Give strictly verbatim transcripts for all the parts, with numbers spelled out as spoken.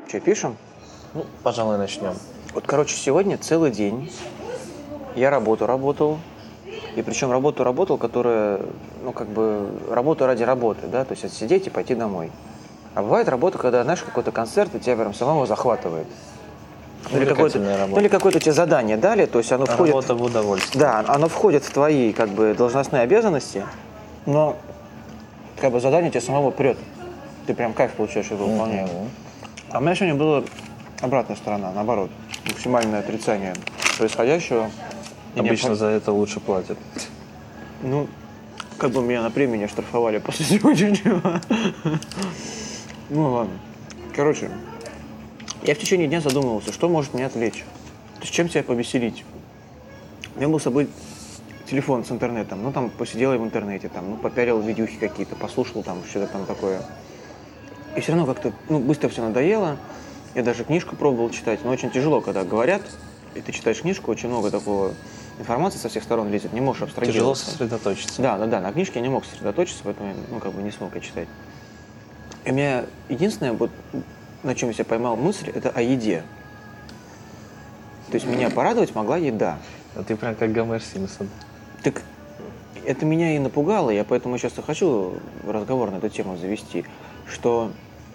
Что, пишем? Ну, пожалуй, начнем. Вот, короче, сегодня целый день я работу работал. И причем работу работал, которая, ну, как бы, работа ради работы, да, то есть отсидеть и пойти домой. А бывает работа, когда, знаешь, какой-то концерт, и тебя прям самого захватывает. Ну, или какое-то, ну, или какое-то тебе задание дали, то есть оно входит... Работа в удовольствие. Да, оно входит в твои, как бы, должностные обязанности, но, как бы, задание тебя самого прет. Ты прям кайф получаешь его выполняя. Mm-hmm. А у меня сегодня была обратная сторона, наоборот, максимальное отрицание происходящего. Обычно мне... за это лучше платят. Ну, как бы меня на премии не оштрафовали после сегодняшнего. Ну ладно. Короче, я в течение дня задумывался, что может меня отвлечь. То есть чем себя повеселить. У меня был с собой телефон с интернетом. Ну, там посидел я в интернете, там, ну, попярил видюхи какие-то, послушал там что-то там такое. И все равно как-то, ну, быстро все надоело. Я даже книжку пробовал читать, но очень тяжело, когда говорят, и ты читаешь книжку, очень много такого информации со всех сторон лезет, не можешь абстрагироваться. Тяжело сосредоточиться. Да, да, да, на книжке я не мог сосредоточиться, поэтому я, ну, как бы не смог я читать. И у меня единственное, вот, на чем я себя поймал мысль, это о еде. То есть меня порадовать могла еда. А ты прям как Гомер Симпсон. Так это меня и напугало, я поэтому сейчас и хочу разговор на эту тему завести, что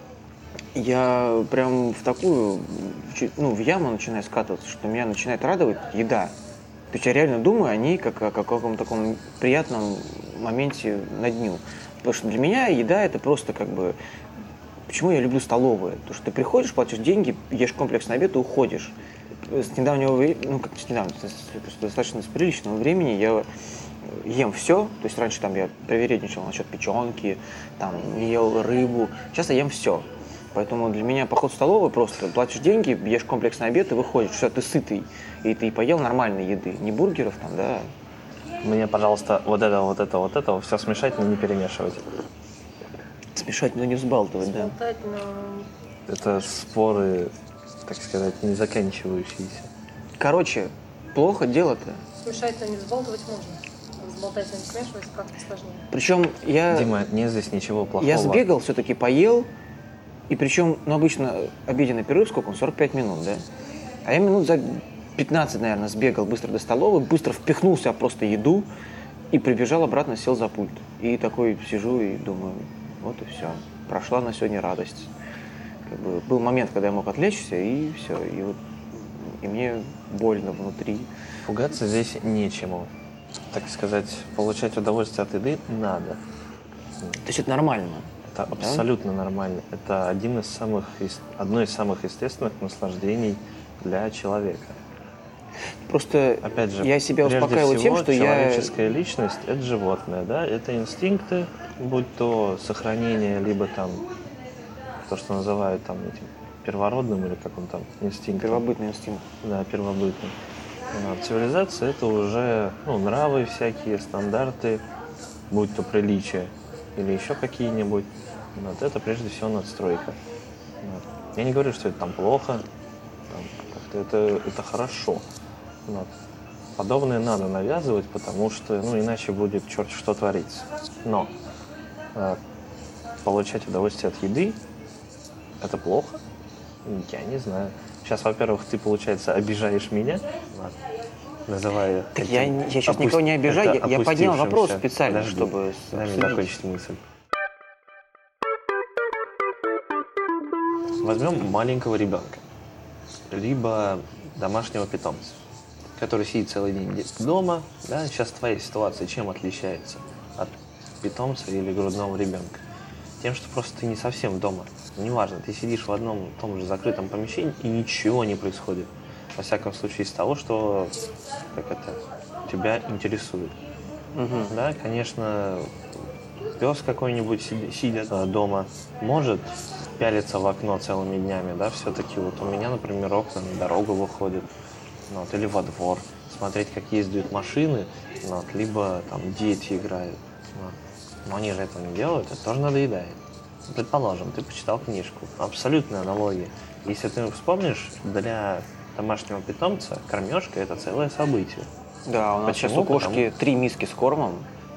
я прям в такую, ну, в яму начинаю скатываться, что меня начинает радовать еда. То есть я реально думаю о ней как о каком-то таком приятном моменте на дню. Потому что для меня еда это просто как бы... Почему я люблю столовые? Потому что ты приходишь, платишь деньги, ешь комплексный обед и уходишь. С недавнего времени, ну как с недавнего, с достаточно с приличного времени я ем все. То есть раньше там я привередничал насчет печенки, там ел рыбу. Сейчас я ем все. Поэтому для меня поход в столовую просто платишь деньги, ешь комплексный обед и выходишь. Все, ты сытый. И ты поел нормальной еды. Не бургеров там, да. Мне, пожалуйста, вот это, вот это, вот это, все смешать, но не перемешивать. Смешать, но не взбалтывать, да. Взболтать, но... Это споры, так сказать, не заканчивающиеся. Короче, плохо дело-то. Смешать, но не взбалтывать можно. Взболтать, но не смешивать как-то сложнее. Причем я... Дима, нет здесь ничего плохого. Я сбегал, все-таки поел. И причем, ну, обычно обеденный перерыв, сколько он, сорок пять минут, да? А я минут за пятнадцать, наверное, сбегал быстро до столовой, быстро впихнул себя просто еду и прибежал обратно, сел за пульт. И такой сижу и думаю, вот и все. Прошла на сегодня радость. Как бы был момент, когда я мог отвлечься, и все. И вот и мне больно внутри. Пугаться здесь нечему. Так сказать, получать удовольствие от еды надо. То есть это нормально? Это абсолютно да? нормально. Это один из самых, одно из самых естественных наслаждений для человека. Просто опять же, я себя успокаиваю всего, тем, что человеческая я... личность – это животное, да, это инстинкты, будь то сохранение, либо там то, что называют там этим первородным или как он там инстинктом. Первобытный инстинкт. Да, первобытный. А цивилизация – это уже ну, нравы всякие, стандарты, будь то приличия или еще какие-нибудь. Вот, это прежде всего надстройка. Вот. Я не говорю, что это там плохо, там, как-то это, это хорошо. Вот. Подобное надо навязывать, потому что ну, иначе будет черт что твориться. Но э, получать удовольствие от еды – это плохо? Я не знаю. Сейчас, во-первых, ты, получается, обижаешь меня, называя... Так я, я сейчас опуст... никого не обижаю, я, я поднял вопрос специально, Подожди, чтобы... Дай мне закончить мысль. Возьмем маленького ребенка, либо домашнего питомца, который сидит целый день дома. Да? Сейчас твоя ситуация чем отличается от питомца или грудного ребенка? Тем, что просто ты не совсем дома. Неважно, ты сидишь в одном и том же закрытом помещении, и ничего не происходит. Во всяком случае, из того, что как это, тебя интересует. Угу. Да, конечно, пес какой-нибудь, сидя дома, может пялиться в окно целыми днями, да, все-таки вот у меня, например, окна на дорогу выходят, вот, или во двор, смотреть, как ездят машины, вот, либо там дети играют. Вот. Но они же этого не делают, это тоже надоедает. Предположим, ты почитал книжку. Абсолютная аналогия. Если ты вспомнишь, для домашнего питомца кормежка – это целое событие. Да, у нас Почему? сейчас у кошки Потому... три миски с кормом,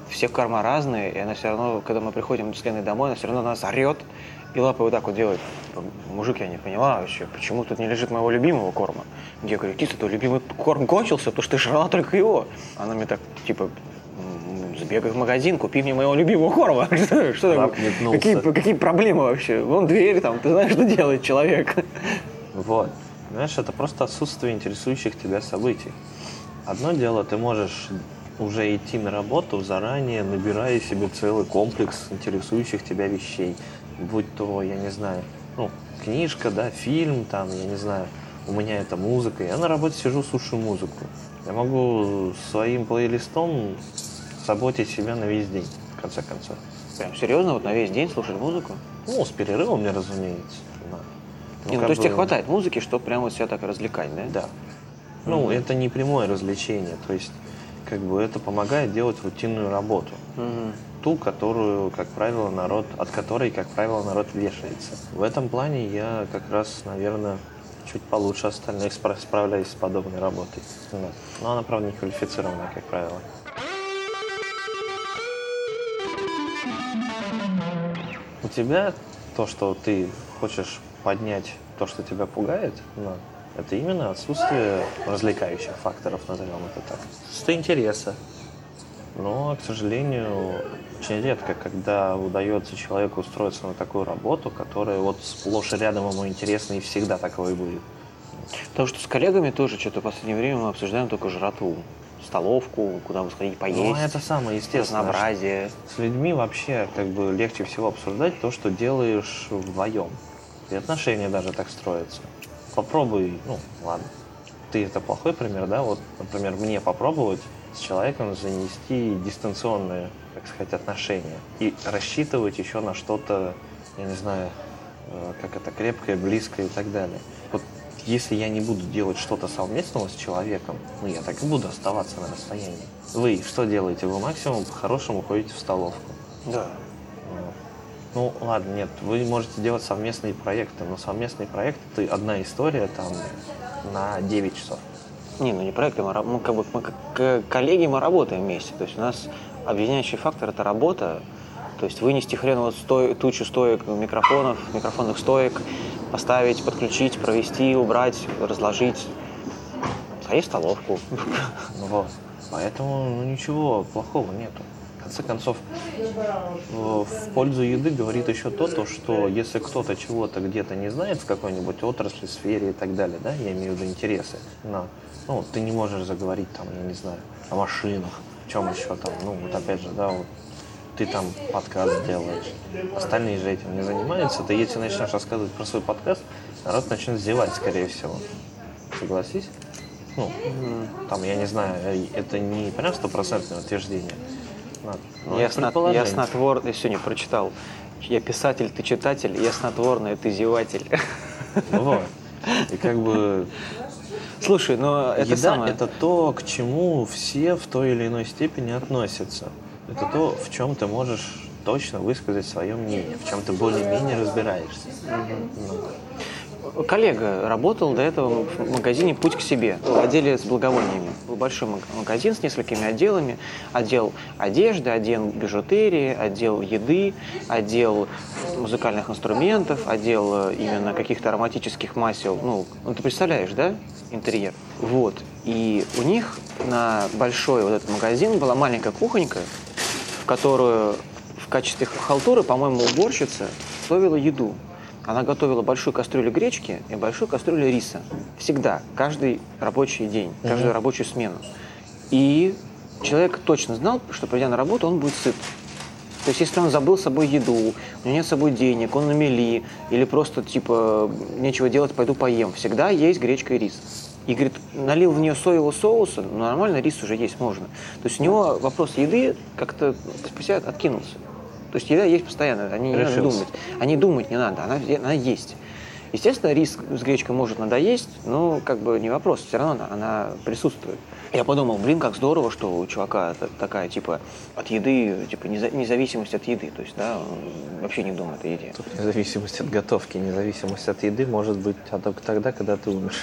все корма разные, и она все равно, когда мы приходим с Леной домой, она все равно на нас орет и лапы вот так вот делает. Мужик, я не поняла вообще, почему тут не лежит моего любимого корма? Я говорю, киса, твой любимый корм кончился, потому что ты жрала только его. Она мне так, типа, сбегай в магазин, купи мне моего любимого корма. Что, что такое? Какие, какие проблемы вообще? Вон дверь, там, ты знаешь, что делает человек. Вот. Знаешь, это просто отсутствие интересующих тебя событий. Одно дело, ты можешь уже идти на работу, заранее набирая себе целый комплекс интересующих тебя вещей. Будь то, я не знаю, ну, книжка, да, фильм, там, я не знаю, у меня это музыка. Я на работе сижу, слушаю музыку. Я могу своим плейлистом заботить себя на весь день, в конце концов. Прям серьезно, вот на весь день слушать музыку? Ну, с перерывом, мне разумеется. Да. Ну, ну, то есть бы... тебе хватает музыки, чтобы прям вот себя так развлекать, да? Да. Ну, mm-hmm. это не прямое развлечение, то есть, как бы, это помогает делать рутинную работу. Mm-hmm. Ту, которую, как правило, народ, от которой, как правило, народ вешается. В этом плане я как раз, наверное, чуть получше остальных справляюсь с подобной работой. Да. Но она, правда, не квалифицированная, как правило. У тебя то, что ты хочешь поднять то, что тебя пугает, но это именно отсутствие развлекающих факторов, назовем это так. Отсутствие интереса. Но, к сожалению, очень редко, когда удается человеку устроиться на такую работу, которая вот сплошь и рядом ему интересна и всегда таковой будет. Потому что с коллегами тоже что-то в последнее время мы обсуждаем только жратву. Столовку, куда вы сходить поесть. Ну, это самое естественное. Разнообразие. С людьми вообще как бы легче всего обсуждать то, что делаешь вдвоем. И отношения даже так строятся. Попробуй, ну, ладно, ты это плохой пример, да? Вот, например, мне попробовать с человеком занести дистанционные, так сказать, отношения и рассчитывать еще на что-то, я не знаю, как это, крепкое, близкое и так далее. Вот если я не буду делать что-то совместного с человеком, ну, я так и буду оставаться на расстоянии. Вы что делаете? Вы максимум по-хорошему ходите в столовку. Да. Ну, ладно, нет, вы можете делать совместные проекты, но совместный проект – это одна история там на девять часов. Не, ну не проекты, мы, мы, как бы, мы как коллеги, мы работаем вместе. То есть у нас объединяющий фактор – это работа. То есть вынести хрен вот сто... тучу стоек микрофонов, микрофонных стоек, поставить, подключить, провести, убрать, разложить, сходить в столовку. Вот. Поэтому ну, ничего плохого нету. В конце концов, в пользу еды говорит еще то, то, что если кто-то чего-то где-то не знает в какой-нибудь отрасли, сфере и так далее, да, я имею в виду интересы, но ну, ты не можешь заговорить там, я не знаю, о машинах, о чем еще там, ну вот опять же, да, вот ты там подкаст делаешь, остальные же этим не занимаются, ты если начнешь рассказывать про свой подкаст, народ начнет зевать, скорее всего. Согласись? Ну, mm-hmm. там, я не знаю, это не прям стопроцентное утверждение. Но я, снот... я снотворный, я сегодня прочитал, я писатель, ты читатель, я снотворный, ты зеватель. Ну вот, и как бы... Слушай, но это еда самое... это то, к чему все в той или иной степени относятся. Это то, в чем ты можешь точно высказать свое мнение, в чем ты более-менее разбираешься. Mm-hmm. Коллега работал до этого в магазине «Путь к себе», в отделе с благовониями. Был большой магазин с несколькими отделами. Отдел одежды, отдел бижутерии, отдел еды, отдел музыкальных инструментов, отдел именно каких-то ароматических масел. Ну, ну ты представляешь, да, интерьер? Вот. И у них на большой вот этот магазин была маленькая кухонька, в которую в качестве халтуры, по-моему, уборщица готовила еду. Она готовила большую кастрюлю гречки и большую кастрюлю риса. Всегда, каждый рабочий день, каждую mm-hmm. рабочую смену. И человек точно знал, что придя на работу, он будет сыт. То есть, если он забыл с собой еду, у него нет с собой денег, он на мели, или просто, типа, нечего делать, пойду поем, всегда есть гречка и рис. И, говорит, налил в нее соевого соуса, ну, нормально, рис уже есть можно. То есть, у него вопрос еды как-то спустя откинулся. То есть еда есть постоянно, о ней не надо думать. О ней думать не надо, она, она есть. Естественно, рис с гречкой может надоесть, но как бы не вопрос, все равно она, она присутствует. Я подумал, блин, как здорово, что у чувака такая, типа, от еды, типа, независимость от еды. То есть, да, он вообще не думает о еде. Тут независимость от готовки, независимость от еды может быть только тогда, когда ты умрешь.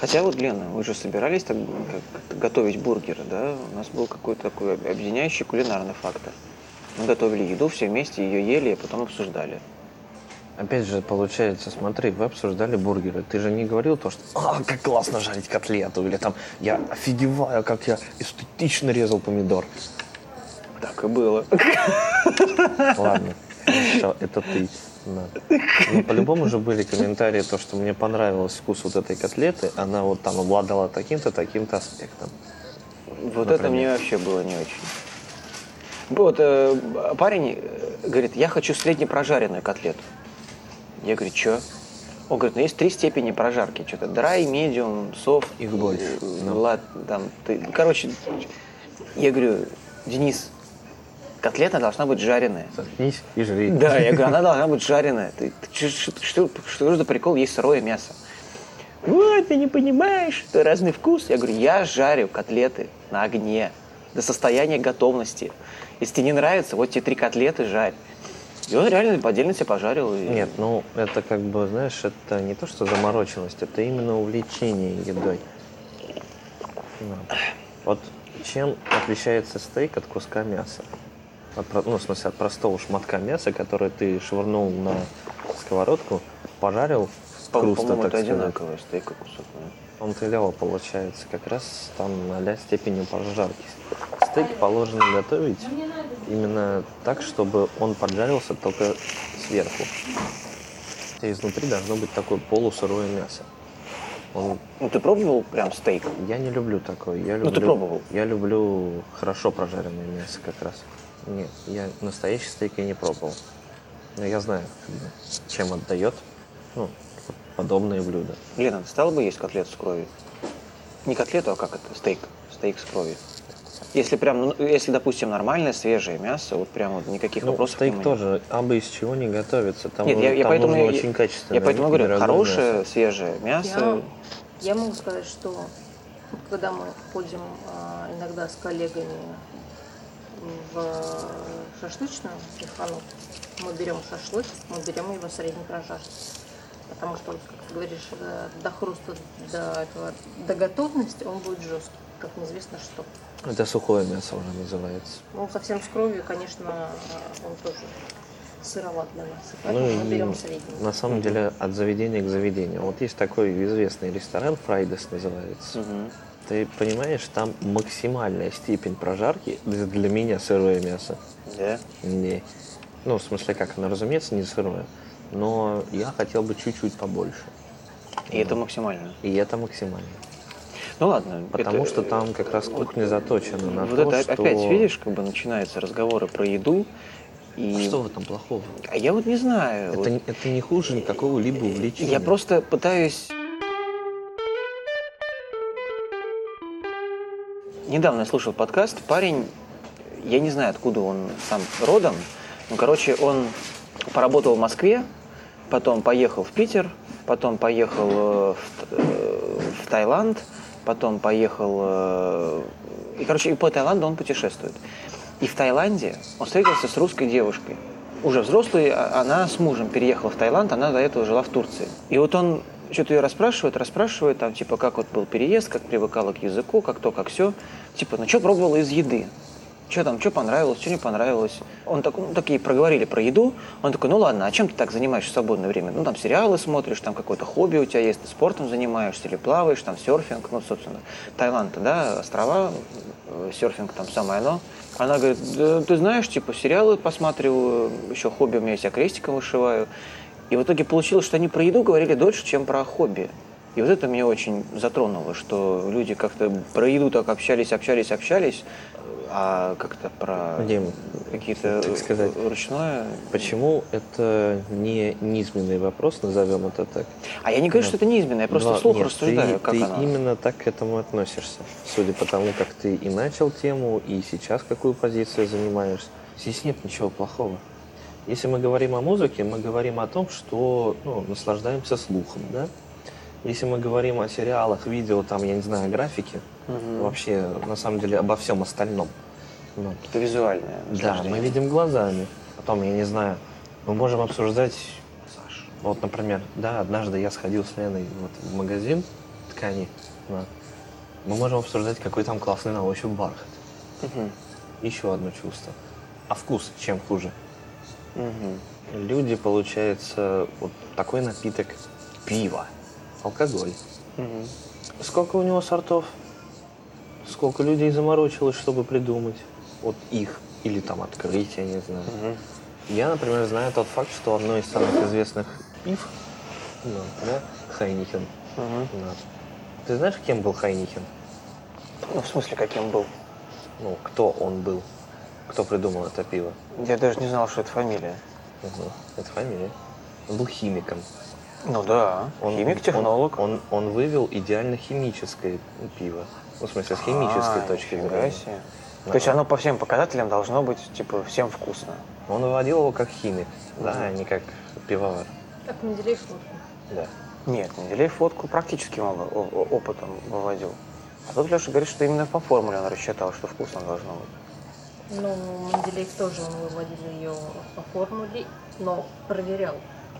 Хотя вот, Лена, вы же собирались так как готовить бургеры, да? У нас был какой-то такой объединяющий кулинарный фактор. Мы готовили еду все вместе, ее ели, а потом обсуждали. Опять же, получается, смотри, вы обсуждали бургеры. Ты же не говорил то, что «А, как классно жарить котлету!» или там «Я офигеваю, как я эстетично резал помидор!» Так и было. Ладно, хорошо, это ты. Да. Но по-любому же были комментарии, то, что мне понравился вкус вот этой котлеты, она вот там обладала таким-то, таким-то аспектом. Вот Например. Это мне вообще было не очень. Вот э, парень говорит, я хочу среднепрожаренную котлету. Я говорю, что? Он говорит, ну есть три степени прожарки. Что-то dry, medium, soft. Их больше. Lat, там, ты, короче, я говорю, Денис, котлета должна быть жареная. Заткнись и жри. Да, я говорю, она должна быть жареная. Ты, ты, что, что, что за прикол, есть сырое мясо? Вот, ты не понимаешь, это разный вкус. Я говорю, я жарю котлеты на огне до состояния готовности. Если тебе не нравится, вот тебе три котлеты жарь. И он реально по отдельности пожарил. И... Нет, ну это как бы, знаешь, это не то, что замороченность, это именно увлечение едой. Да. Вот чем отличается стейк от куска мяса? От, ну, в смысле, от простого шматка мяса, который ты швырнул на сковородку, пожарил По- хруста, По-моему, так это сказать. одинаковый стейк и кусок. Да? Он клево получается, как раз там а-ля степенью прожарки. Стейк положено готовить именно так, чтобы он поджарился только сверху. И изнутри должно быть такое полусырое мясо. Он... Ну, ты пробовал прям стейк? Я не люблю такое. Я люблю... Ну, ты пробовал? Я люблю хорошо прожаренное мясо как раз. Нет, я настоящий стейк я не пробовал. Но я знаю, чем отдает, ну, подобные блюда. Лена, ты стала бы есть котлету с кровью? Не котлету, а как это? Стейк. Стейк с кровью. Если прям, ну, если, допустим, нормальное, свежее мясо, вот прям вот никаких Ну, вопросов стейк не тоже, абы из чего не готовится. Там, Нет, я, я там поэтому, нужно я, очень качественное. я поэтому говорю, дорогое хорошее, мясо. свежее мясо. Я, я могу сказать, что вот когда мы ходим а, иногда с коллегами в шашлычную механу, мы берем шашлык, мы берем его средней прожарки. Потому что, как ты говоришь, до хруста, до, этого, до готовности он будет жесткий, как неизвестно что. Это сухое мясо уже называется. Ну, совсем с кровью, конечно, он тоже сыроват для нас. Поэтому Ну, мы берем средний. На самом деле от заведения к заведению. Вот есть такой известный ресторан, Фрайдес называется. Мгм. Ты понимаешь, там максимальная степень прожарки для для меня сырое мясо. Да? Не. Ну, в смысле, как оно, разумеется, не сырое. Но я хотел бы чуть-чуть побольше. И это максимально. И это максимально. Ну ладно. Потому это- что там как раз кухня заточена на Вот то, это что... опять, видишь, как бы начинаются разговоры про еду. И... А что в этом плохого? А я вот не знаю. Это, вот не- это не хуже какого-либо увлечения. Я просто пытаюсь... Недавно я слушал подкаст, парень, я не знаю, откуда он сам родом, ну, короче, он поработал в Москве, потом поехал в Питер, потом поехал э, в, э, в Таиланд, потом поехал... э, И, короче, и по Таиланду он путешествует. И в Таиланде он встретился с русской девушкой. Уже взрослой, а- она с мужем переехала в Таиланд, она до этого жила в Турции. И вот он что-то ее расспрашивает, расспрашивает, там, типа, как вот был переезд, как привыкала к языку, как то, как все. Типа, ну, что пробовала из еды? Что там, что понравилось, что не понравилось? Он так, ну, такие проговорили про еду. Он такой, ну ладно, а чем ты так занимаешься в свободное время? Ну, там сериалы смотришь, там какое-то хобби у тебя есть, ты спортом занимаешься или плаваешь, там серфинг, ну, собственно, Таиланд, да, острова, э, серфинг там самое оно. Она говорит, да, ты знаешь, типа, сериалы посматриваю, еще хобби у меня есть, я крестиком вышиваю. И в итоге получилось, что они про еду говорили дольше, чем про хобби. И вот это меня очень затронуло, что люди как-то про еду так общались, общались, общались, а как-то про Дим, какие-то так сказать, ручное... Почему это не низменный вопрос, назовем это так? А я не говорю, Да. что это неизменно, я просто Но вслух нет, рассуждаю, ты, как ты оно. именно так к этому относишься, судя по тому, как ты и начал тему, и сейчас какую позицию занимаешь. Здесь нет ничего плохого. Если мы говорим о музыке, мы говорим о том, что ну, наслаждаемся слухом, да? Если мы говорим о сериалах, видео, там, я не знаю, графике, Мгм. вообще, на самом деле, обо всем остальном. Ну, Это визуальное да, наслаждение. мы видим глазами. Потом, я не знаю, мы можем обсуждать, Саш, вот, например, да, однажды я сходил с Леной вот в магазин ткани. Да. Мы можем обсуждать, какой там классный на ощупь бархат. Мгм. Еще одно чувство. А вкус чем хуже? Мгм. Люди, получается, вот такой напиток пиво, алкоголь. Мгм. Сколько у него сортов? Сколько людей заморочилось, чтобы придумать? Вот их. Или там открыть, я не знаю. Мгм. Я, например, знаю тот факт, что одно из самых известных пив, ну, да, Хайникен. Мгм. Да. Ты знаешь, кем был Хайникен? Ну, в смысле, каким был? Ну, кто он был? Кто придумал это пиво? Я даже не знал, что это фамилия. Угу. Это фамилия. Он был химиком. Ну да, Он, химик-технолог. Он, он, он вывел идеально химическое пиво. Ну, в смысле, с химической А, точки нифига зрения. себе. Да. То есть оно по всем показателям должно быть, типа, всем вкусно. Он выводил его как химик, да, Мгм. а не как пивовар. Как Менделеев водку. Да. Нет, Менделеев водку практическим о- о- опытом выводил. А тут Леша говорит, что именно по формуле он рассчитал, что вкусно должно быть. Ну, Менделеев тоже он выводил ее по формуле, но проверял.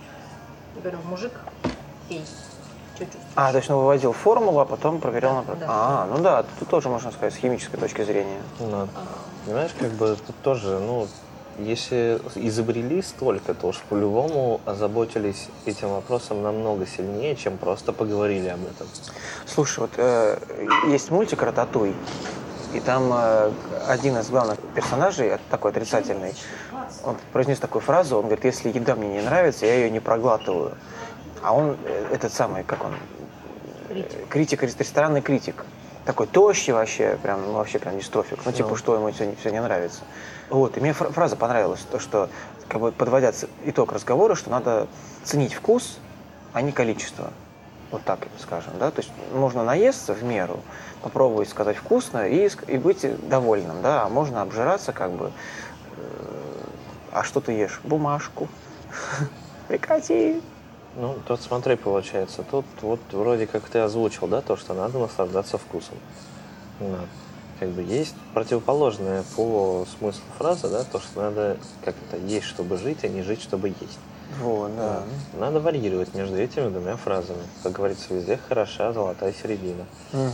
Я говорю, мужик, пей. Что чувствуешь? А, то есть он выводил формулу, а потом проверял Да, на... да. А, ну да, тут тоже можно сказать с химической точки зрения. Ну, А, понимаешь, как бы тут тоже, ну, если изобрели столько, то уж по-любому озаботились этим вопросом намного сильнее, чем просто поговорили об этом. Слушай, вот э, есть мультик «Рататуй», и там э, один из главных персонажей, такой отрицательный, он произнес такую фразу, он говорит, если еда мне не нравится, я ее не проглатываю. А он, э, этот самый, как он, Критик. критик, ресторанный критик. Такой тощий вообще, прям, ну, вообще прям дистрофик. Ну, типа, Ну. что ему все, все не нравится. Вот, и мне фра- фраза понравилась, то, что, как бы, подводя ц- итог разговора, что надо ценить вкус, а не количество. Вот так скажем, да. То есть можно наесться в меру, попробовать сказать вкусно и, ск- и быть довольным, да. А можно обжираться, как бы. э, А что ты ешь? Бумажку. Прекрати. Ну, тут смотри, получается, тут вот вроде как ты озвучил, да, то, что надо наслаждаться вкусом. Да. Как бы есть противоположная по смыслу фраза, да, то, что надо как это есть, чтобы жить, а не жить, чтобы есть. Вот, да. Надо варьировать между этими двумя фразами. Как говорится, везде хороша золотая середина. Мгм.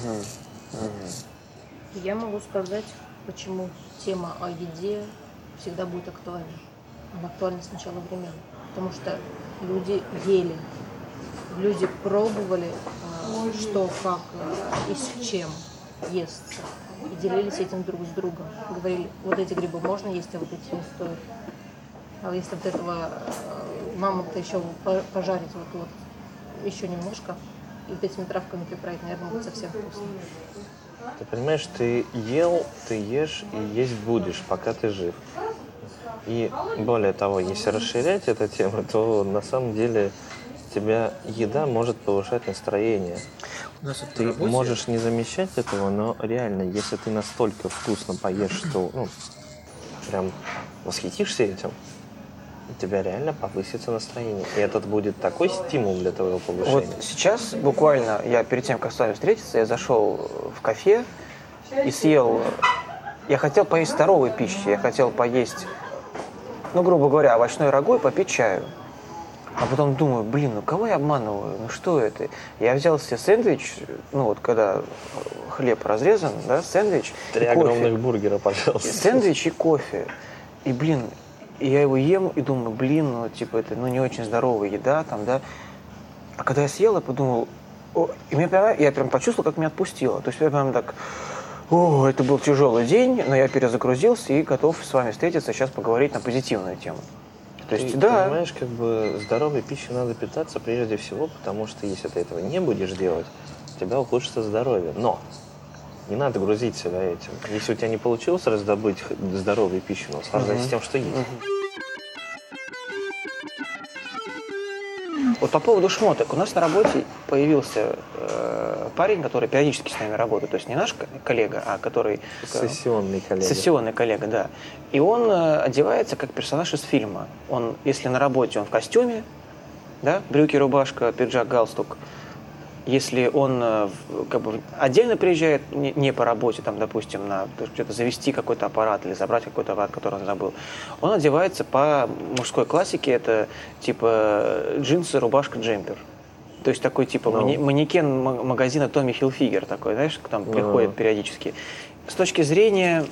Мгм. Я могу сказать, почему тема о еде всегда будет актуальна. Она актуальна с начала времен. Потому что люди ели, люди пробовали, э, что, как э, и с чем естся. И делились этим друг с другом. Говорили, вот эти грибы можно есть, а вот эти не стоит. А если вот этого э, мамонта еще по- пожарить вот, вот еще немножко, и вот этими травками приправить, наверное, будет совсем вкусно. Ты понимаешь, ты ел, ты ешь и есть будешь, пока ты жив. И более того, если расширять эту тему, то на самом деле тебя еда может повышать настроение. Ты можешь не замечать этого, но реально, если ты настолько вкусно поешь, что ну, прям восхитишься этим, у тебя реально повысится настроение. И этот будет такой стимул для твоего повышения. Вот сейчас буквально, я перед тем, как с вами встретиться, я зашел в кафе и съел... Я хотел поесть здоровой пищи, я хотел поесть, ну, грубо говоря, овощной рагу и попить чаю. А потом думаю, блин, ну кого я обманываю? Ну что это? Я взял себе сэндвич, ну вот когда хлеб разрезан, да, сэндвич Три и кофе. огромных бургера, пожалуйста. И сэндвич и кофе. И, блин, и я его ем и думаю, блин, ну, типа, это, ну, не очень здоровая еда, там, да. А когда я съел, я подумал, о, и меня прям, я прям почувствовал, как меня отпустило. То есть я прям так, о, это был тяжелый день, но я перезагрузился и готов с вами встретиться, сейчас поговорить на позитивную тему. То есть, Ты да. понимаешь, как бы здоровой пищей надо питаться прежде всего, потому что если ты этого не будешь делать, у тебя ухудшится здоровье. Но не надо грузить себя этим. Если у тебя не получилось раздобыть х- здоровую пищу, наслаждайся Мгм. тем, что есть. Вот по поводу шмоток. У нас на работе появился э, парень, который периодически с нами работает. То есть не наш ко- коллега, а который... Сессионный коллега. Сессионный коллега, да. И он э, одевается как персонаж из фильма. Он, если на работе, он в костюме, да, брюки, рубашка, пиджак, галстук. Если он э, в- как бы отдельно приезжает, не, не по работе, там, допустим, на то есть что-то завести какой-то аппарат или забрать какой-то аппарат, который он забыл, он одевается по мужской классике, это типа джинсы, рубашка, джемпер. То есть такой типа Ну. мани- манекен ма- магазина Томми Хилфигер такой, знаешь, к там Ну. приходит периодически. С точки зрения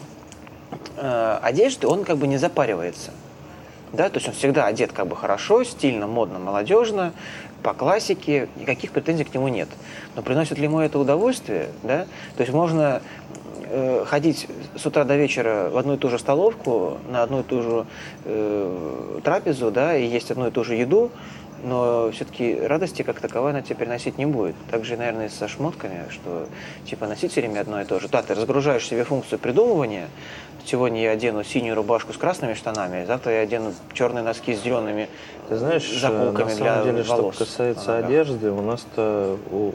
э, одежды он как бы не запаривается. Да, то есть он всегда одет как бы хорошо, стильно, модно, молодежно, по классике, никаких претензий к нему нет. Но приносит ли ему это удовольствие, да? То есть можно э, ходить с утра до вечера в одну и ту же столовку, на одну и ту же э, трапезу, да, и есть одну и ту же еду, но все-таки радости как таковой она тебе переносить не будет. Так же, наверное, и со шмотками, что типа носить все время одно и то же. Да, ты разгружаешь себе функцию придумывания. Сегодня я одену синюю рубашку с красными штанами, завтра я одену черные носки с зелеными Ты знаешь, э, заколками на для самом деле, волос. что касается на ногах. одежды, у нас-то у,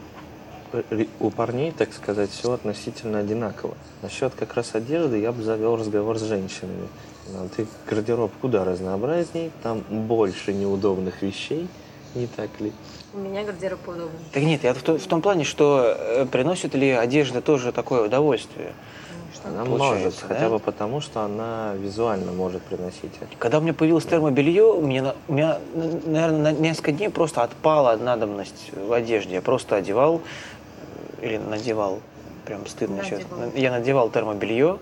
ре- у парней, так сказать, все относительно одинаково. Насчет как раз одежды я бы завел разговор с женщинами. Ну, ты гардероб куда разнообразней, там больше неудобных вещей, не так ли? У меня гардероб удобный. Так нет, я в, то- в том плане, что э, приносит ли одежда тоже такое удовольствие. Конечно. Она Получается, может, да? хотя бы потому, что она визуально может приносить это. Когда у меня появилось термобелье, мне, на- у меня, наверное, на несколько дней просто отпала надобность в одежде. Я просто одевал э, или надевал, прям стыдно сейчас. Надевал. Я надевал термобелье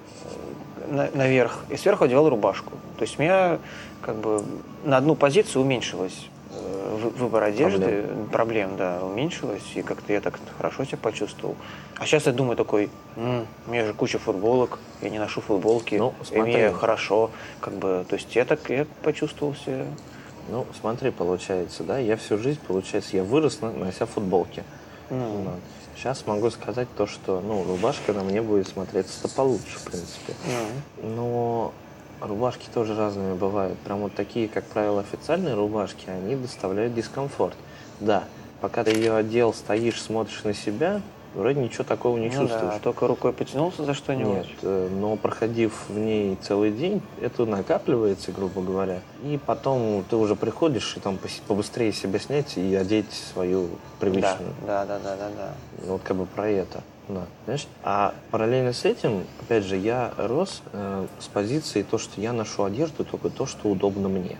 э, на- наверх и сверху одевал рубашку. То есть у меня как бы на одну позицию уменьшилось э, вы- выбор одежды, проблем, да, уменьшилось, и как-то я так хорошо себя почувствовал. А сейчас я думаю такой, «М, у меня же куча футболок, я не ношу футболки, Ну, и смотри. мне хорошо, как бы, то есть я так, я почувствовал себя. Ну, смотри, получается, да, я всю жизнь, получается, я вырос, на- нося футболки. Ну, Сейчас могу сказать то, что, ну, рубашка на мне будет смотреться получше, в принципе. ну, Но рубашки тоже разными бывают. Прям вот такие, как правило, официальные рубашки, они доставляют дискомфорт. Да, пока ты ее одел, стоишь, смотришь на себя, вроде ничего такого не ну чувствуешь. да, только рукой потянулся за что-нибудь. Нет, э, но проходив в ней целый день, это накапливается, грубо говоря. И потом ты уже приходишь и там пос- побыстрее себя снять и одеть свою Да, привычную. да, да, да, да, да. Вот как бы про это. Да, знаешь? А параллельно с этим, опять же, я рос э, с позиции то, что я ношу одежду только то, что удобно мне.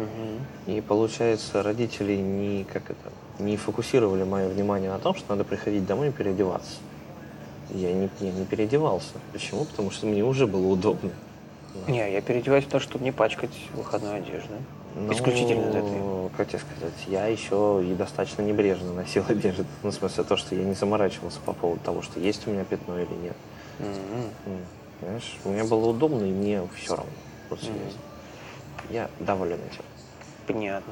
Мгм. И получается, родители не, как это, не фокусировали мое внимание на том, что надо приходить домой и переодеваться. Я не, я не переодевался. Почему? Потому что мне уже было удобно. Не, я переодеваюсь потому, чтобы не пачкать выходную одежду. Ну, Исключительно из этой. как тебе сказать, я еще и достаточно небрежно носил одежду. Ну, в смысле, то, что я не заморачивался по поводу того, что есть у меня пятно или нет. Мгм. М, Понимаешь, мне было удобно, и мне все равно. Вот Мгм. серьезно. Я доволен этим. Понятно.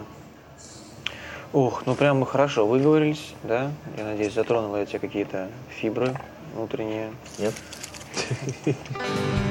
Ух, ну прям мы хорошо выговорились, да? Я надеюсь, затронула я тебе какие-то фибры внутренние. Нет?